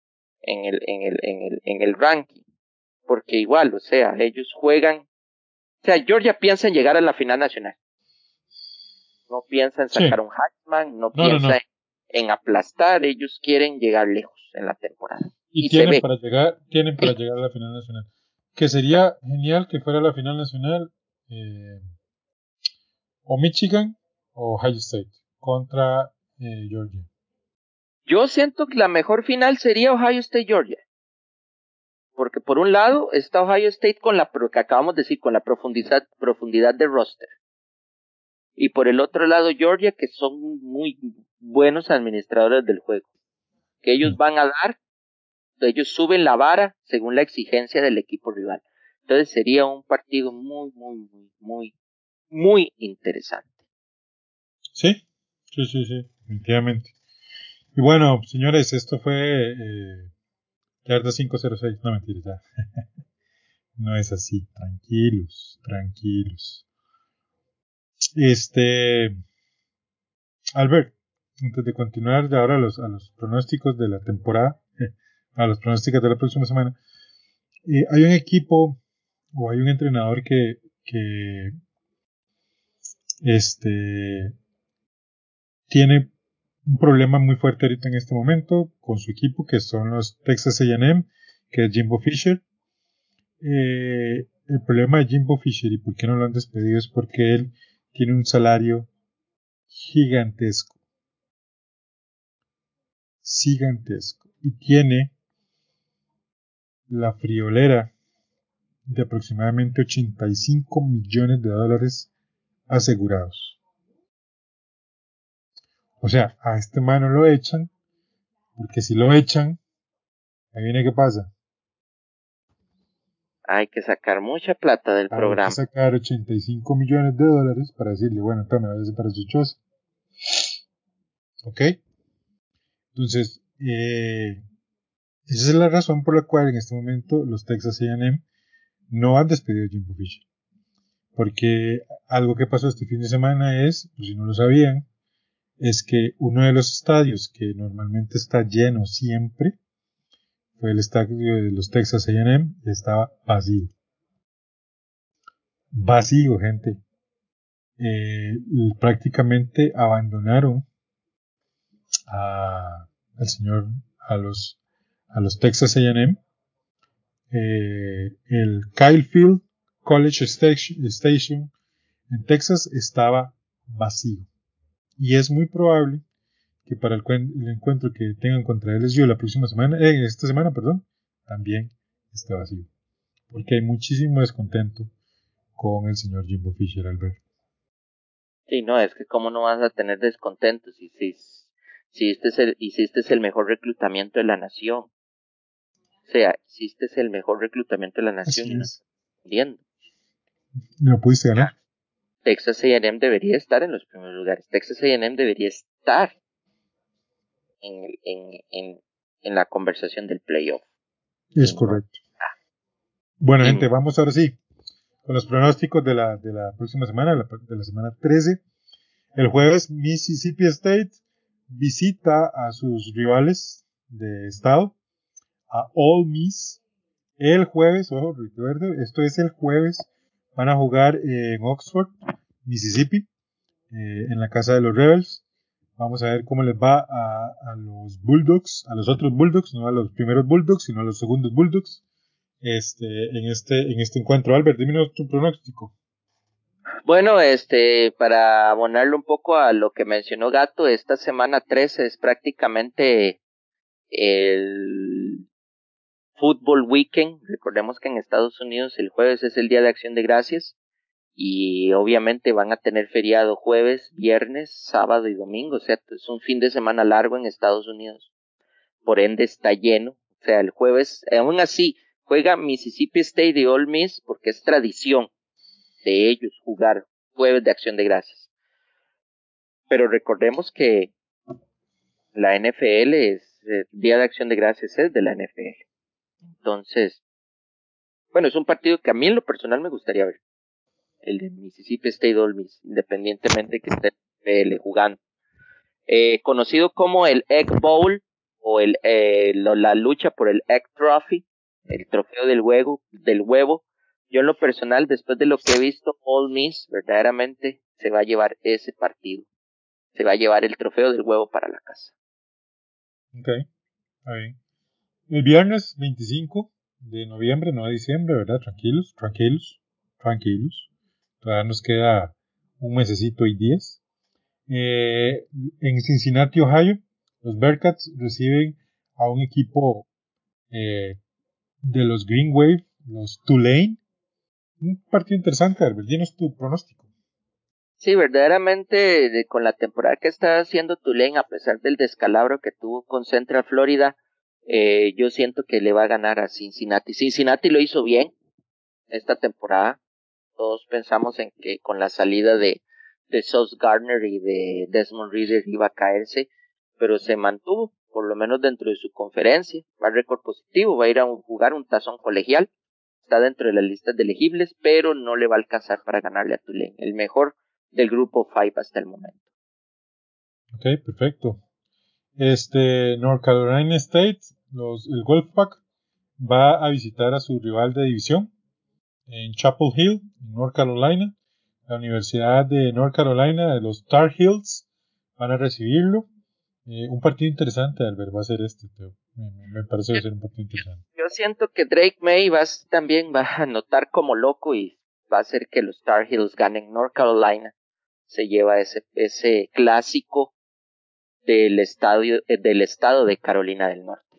en el ranking. Porque igual, o sea, ellos juegan. O sea, Georgia piensa en llegar a la final nacional. No piensa en sacar Sí. un Heisman, no No, no, piensa no. en aplastar. Ellos quieren llegar lejos en la temporada. Y se tienen ve. para llegar a la final nacional. Que sería genial que fuera la final nacional o Michigan o Ohio State contra Georgia. Yo siento que la mejor final sería Ohio State-Georgia. Porque por un lado está Ohio State con lo que acabamos de decir, con la profundidad de roster. Y por el otro lado Georgia, que son muy buenos administradores del juego. Que ellos Sí. van a dar, ellos suben la vara según la exigencia del equipo rival. Entonces sería un partido muy interesante. Sí, definitivamente. Y bueno, señores, esto fue Yarda 506. No, mentira, ya. No es así. Tranquilos. Albert, antes de continuar de ahora a los pronósticos de la temporada, a los pronósticos de la próxima semana, hay un equipo o hay un entrenador que tiene un problema muy fuerte ahorita en este momento con su equipo, que son los Texas A&M, que es Jimbo Fisher. El problema de Jimbo Fisher y por qué no lo han despedido es porque él tiene un salario gigantesco y tiene la friolera de aproximadamente 85 millones de dólares asegurados. O sea, a este man no lo echan, porque si lo echan, ahí viene qué pasa. Hay que sacar mucha plata del Hay que programa. sacar 85 millones de dólares para decirle, bueno, tome, váyase para su choza. ¿Ok? Entonces, esa es la razón por la cual en este momento los Texas A&M no han despedido a Jimbo Fisher. Porque algo que pasó este fin de semana es, por si no lo sabían, es que uno de los estadios que normalmente está lleno siempre fue el estadio de los Texas A&M y estaba vacío. Vacío, gente. Prácticamente abandonaron al señor, a los Texas A&M. El Kyle Field College Station en Texas estaba vacío. Y es muy probable que para el encuentro que tengan contra LSU esta semana, también esté vacío. Porque hay muchísimo descontento con el señor Jimbo Fisher, Albert. Sí, no, es que cómo no vas a tener descontentos si este es el mejor reclutamiento de la nación. O sea, si este es el mejor reclutamiento de la nación Así y no es. estás entendiendo. No pudiste ganar. Texas A&M debería estar en los primeros lugares. Texas A&M debería estar en la conversación del playoff. Es Y no. correcto. Bueno, Y gente, vamos ahora sí con los pronósticos de la próxima semana, de la semana 13. El jueves, Mississippi State visita a sus rivales de estado, a Ole Miss. El jueves, ojo, recuerde, esto es el jueves, van a jugar en Oxford, Mississippi, en la casa de los Rebels. Vamos a ver cómo les va a los Bulldogs, a los otros Bulldogs, no a los primeros Bulldogs, sino a los segundos Bulldogs, en este encuentro. Albert, dime tu pronóstico. bueno, para abonarle un poco a lo que mencionó Gato, esta semana 13 es prácticamente el Football Weekend. Recordemos que en Estados Unidos el jueves es el Día de Acción de Gracias y obviamente van a tener feriado jueves, viernes, sábado y domingo. O sea, es un fin de semana largo en Estados Unidos. Por ende está lleno. O sea, el jueves, aún así, juega Mississippi State y Ole Miss porque es tradición de ellos jugar jueves de Acción de Gracias. Pero recordemos que la NFL Día de Acción de Gracias es de la NFL. Entonces, bueno, es un partido que a mí en lo personal me gustaría ver. El de Mississippi State Ole Miss, independientemente que esté NFL jugando. Conocido como el Egg Bowl o la lucha por el Egg Trophy, el trofeo del huevo. Yo en lo personal, después de lo que he visto, Ole Miss verdaderamente se va a llevar ese partido. Se va a llevar el trofeo del huevo para la casa. Ok, está bien. El viernes 25 de noviembre, no de diciembre, ¿verdad? Tranquilos. Todavía nos queda un mesecito y 10. En Cincinnati, Ohio, los Bearcats reciben a un equipo de los Green Wave, los Tulane. Un partido interesante, Albert. Dinos tu pronóstico. Sí, verdaderamente con la temporada que está haciendo Tulane, a pesar del descalabro que tuvo con Central Florida, yo siento que le va a ganar a Cincinnati. Cincinnati lo hizo bien esta temporada. Todos pensamos en que con la salida de Sauce Gardner y de Desmond Ridder iba a caerse, pero se mantuvo, por lo menos dentro de su conferencia. Va a récord positivo, va a ir a jugar un tazón colegial. Está dentro de las listas de elegibles, pero no le va a alcanzar para ganarle a Tulane. El mejor del grupo 5 hasta el momento. Ok, perfecto. North Carolina State, el Wolfpack, va a visitar a su rival de división en Chapel Hill, en North Carolina. La Universidad de North Carolina, de los Tar Heels, van a recibirlo. Un partido interesante, Albert, va a ser Teo. Me parece que va a ser un partido interesante. Yo siento que Drake May también va a anotar como loco y va a hacer que los Tar Heels ganen. North Carolina se lleva ese clásico del estado de Carolina del Norte.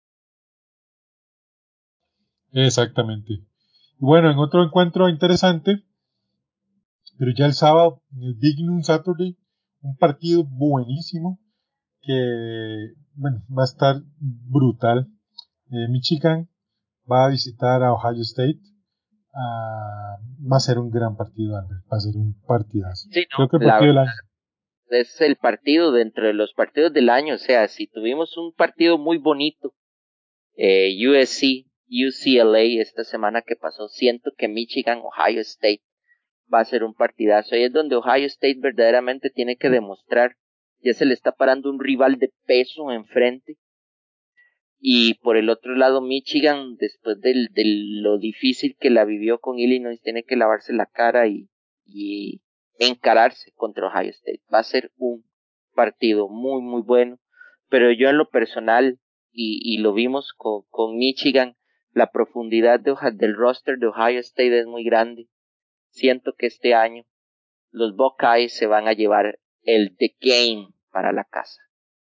Exactamente. Bueno, en otro encuentro interesante, pero ya el sábado, en el Big Noon Saturday, un partido buenísimo que, bueno, va a estar brutal. Michigan va a visitar a Ohio State. Va a ser un gran partido, Albert. Va a ser un partidazo. Sí, Creo que no, el partido del año. es el partido dentro de los partidos del año. O sea, si tuvimos un partido muy bonito, USC, UCLA esta semana que pasó, siento que Michigan, Ohio State va a ser un partidazo. Ahí es donde Ohio State verdaderamente tiene que demostrar, ya se le está parando un rival de peso enfrente. Y por el otro lado, Michigan, después de lo difícil que la vivió con Illinois, tiene que lavarse la cara y encararse contra Ohio State. Va a ser un partido muy, muy bueno. Pero yo en lo personal, y lo vimos con Michigan, la profundidad del roster de Ohio State es muy grande. Siento que este año los Buckeyes se van a llevar el The Game para la casa.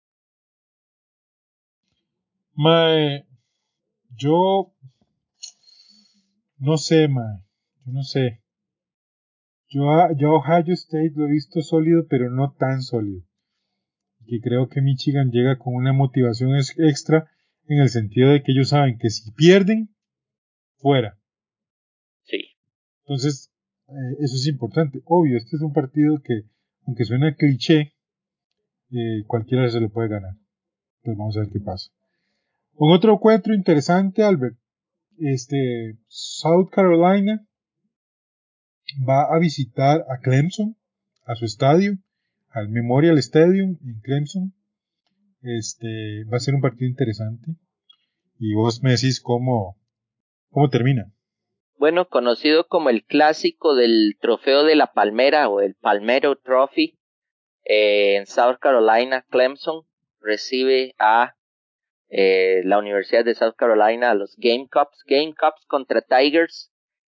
Yo no sé, yo no sé. Yo Ohio State lo he visto sólido, pero no tan sólido. Y creo que Michigan llega con una motivación extra en el sentido de que ellos saben que si pierden, fuera. Sí. Entonces, eso es importante. Obvio, este es un partido que, aunque suena cliché, cualquiera se lo puede ganar. Entonces vamos a ver qué pasa. Un otro encuentro interesante, Albert. South Carolina va a visitar a Clemson, a su estadio, al Memorial Stadium en Clemson. Va a ser un partido interesante. Y vos me decís cómo termina. Bueno, conocido como el clásico del trofeo de la palmera o el Palmetto Trophy, en South Carolina, Clemson recibe a la Universidad de South Carolina, a los Gamecocks contra Tigers.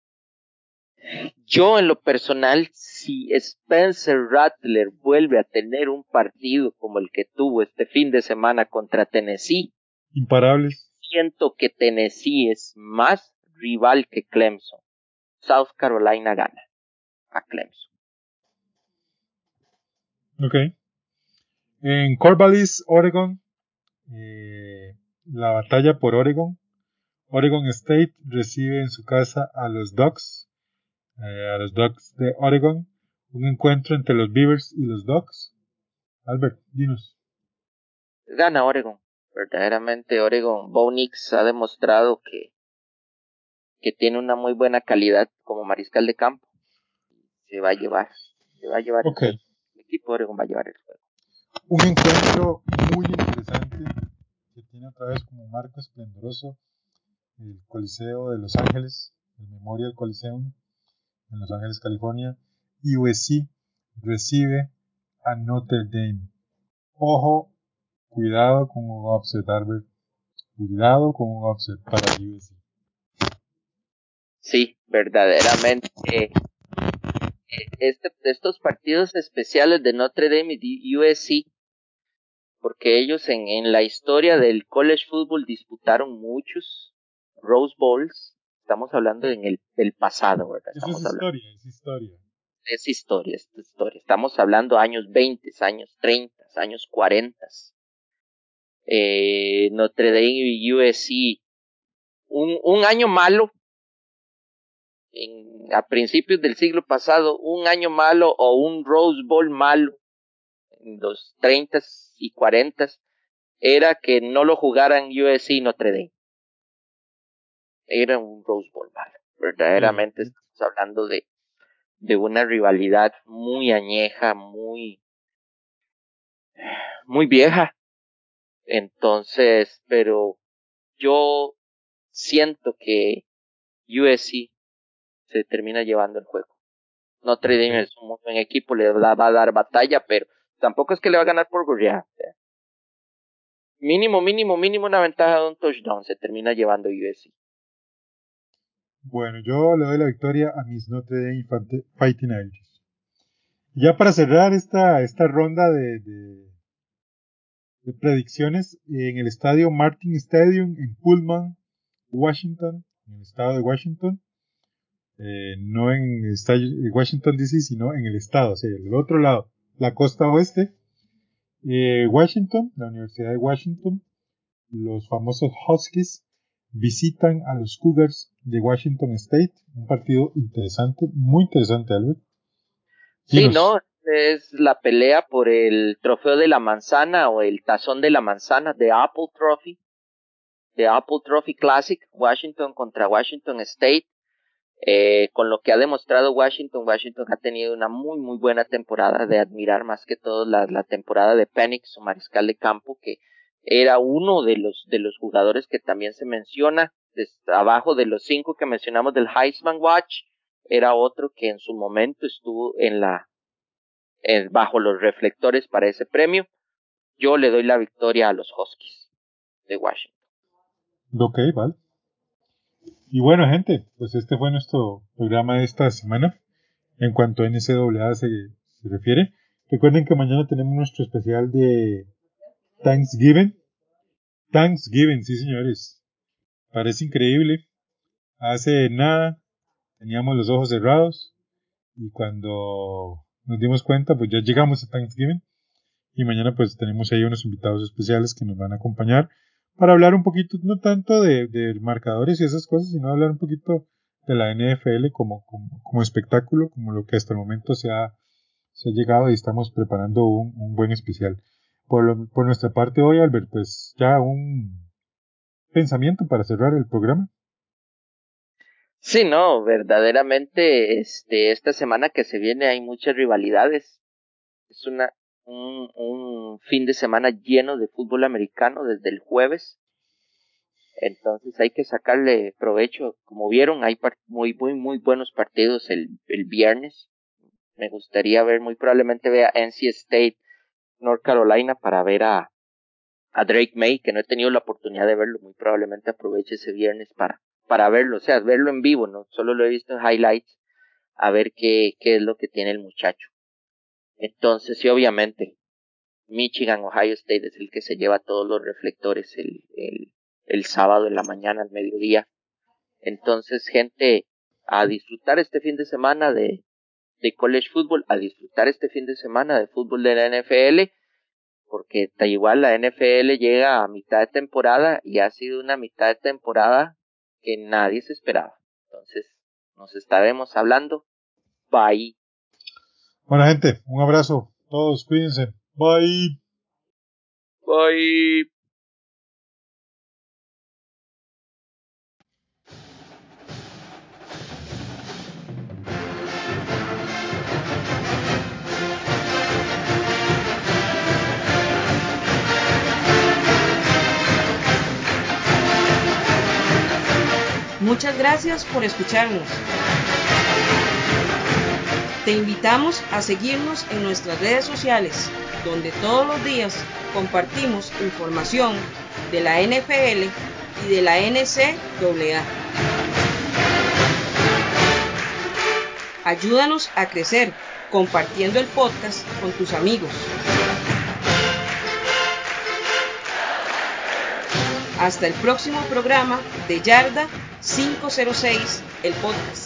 Yo en lo personal, si Spencer Rattler vuelve a tener un partido como el que tuvo este fin de semana contra Tennessee, imparables, siento que Tennessee es más rival que Clemson. South Carolina gana a Clemson. Ok. En Corvallis, Oregon, la batalla por Oregon. Oregon State recibe en su casa a los Ducks de Oregon. Un encuentro entre los Beavers y los Ducks. Albert, dinos. Gana Oregon. Verdaderamente Oregon. Bo Nix ha demostrado que tiene una muy buena calidad como mariscal de campo. Se va a llevar el Ok. juego. El equipo de Oregon va a llevar el juego. Un encuentro muy interesante que tiene otra vez como marco esplendoroso el Coliseo de Los Ángeles, el Memorial Coliseum en Los Ángeles, California. USC recibe a Notre Dame. Ojo, cuidado con un upset, Albert. Cuidado con un upset para USC. Sí, verdaderamente estos partidos especiales de Notre Dame y USC, porque ellos en la historia del college football disputaron muchos Rose Bowls. Estamos hablando del pasado, ¿verdad? Eso es historia, es historia. Es historia. Estamos hablando años 20, años 30, años 40. Notre Dame y USC, un año malo, a principios del siglo pasado, un año malo o un Rose Bowl malo, en los 30 y 40, era que no lo jugaran USC y Notre Dame. Era un Rose Bowl malo. Verdaderamente estamos hablando de una rivalidad muy añeja, muy vieja. Entonces, pero yo siento que USC se termina llevando el juego. Notre Dame es un muy buen equipo, le va a dar batalla, pero tampoco es que le va a ganar por goleada. Mínimo una ventaja de un touchdown se termina llevando USC. Bueno, yo le doy la victoria a mis Notre Dame Fighting Irish. Ya para cerrar esta ronda de predicciones, en el estadio Martin Stadium en Pullman, Washington, en el estado de Washington, no en el estadio de Washington DC, sino en el estado, o sea, el otro lado, la costa oeste, Washington, la Universidad de Washington, los famosos Huskies visitan a los Cougars de Washington State, un partido interesante, muy interesante, Albert. Sí, ¿no? Es la pelea por el trofeo de la manzana o el tazón de la manzana de Apple Trophy Classic, Washington contra Washington State. Con lo que ha demostrado Washington ha tenido una muy buena temporada, de admirar más que todo la temporada de Penix, su mariscal de campo, que era uno de los jugadores que también se menciona, abajo de los 5 que mencionamos del Heisman Watch, era otro que en su momento estuvo bajo los reflectores para ese premio. Yo le doy la victoria a los Huskies de Washington. Ok, vale. Y bueno, gente, pues este fue nuestro programa de esta semana en cuanto a NCAA se refiere. Recuerden que mañana tenemos nuestro especial de Thanksgiving. Thanksgiving, sí señores. Parece increíble. Hace nada teníamos los ojos cerrados y cuando nos dimos cuenta, pues ya llegamos a Thanksgiving. Y mañana pues tenemos ahí unos invitados especiales que nos van a acompañar para hablar un poquito, no tanto de marcadores y esas cosas, sino hablar un poquito de la NFL como espectáculo, como lo que hasta el momento se ha llegado y estamos preparando un buen especial. Por nuestra parte hoy, Albert, pues ya un pensamiento para cerrar el programa. Sí, no, verdaderamente, esta semana que se viene hay muchas rivalidades. Es un fin de semana lleno de fútbol americano desde el jueves. Entonces hay que sacarle provecho. Como vieron, hay muy buenos partidos el viernes. Me gustaría ver, muy probablemente vea NC State, North Carolina, para ver a Drake May, que no he tenido la oportunidad de verlo. Muy probablemente aproveche ese viernes para verlo, o sea, verlo en vivo, no solo lo he visto en highlights, a ver qué es lo que tiene el muchacho. Entonces, sí, obviamente, Michigan, Ohio State es el que se lleva todos los reflectores el sábado en la mañana, al mediodía. Entonces, gente, a disfrutar este fin de semana de college football, a disfrutar este fin de semana de fútbol de la NFL, porque da igual la NFL llega a mitad de temporada y ha sido una mitad de temporada que nadie se esperaba. Entonces, nos estaremos hablando. Bye. Bueno, gente, un abrazo. Todos, cuídense. Bye. Bye. Muchas gracias por escucharnos. Te invitamos a seguirnos en nuestras redes sociales, donde todos los días compartimos información de la NFL y de la NCAA. Ayúdanos a crecer compartiendo el podcast con tus amigos. Hasta el próximo programa de Yarda 506, el podcast.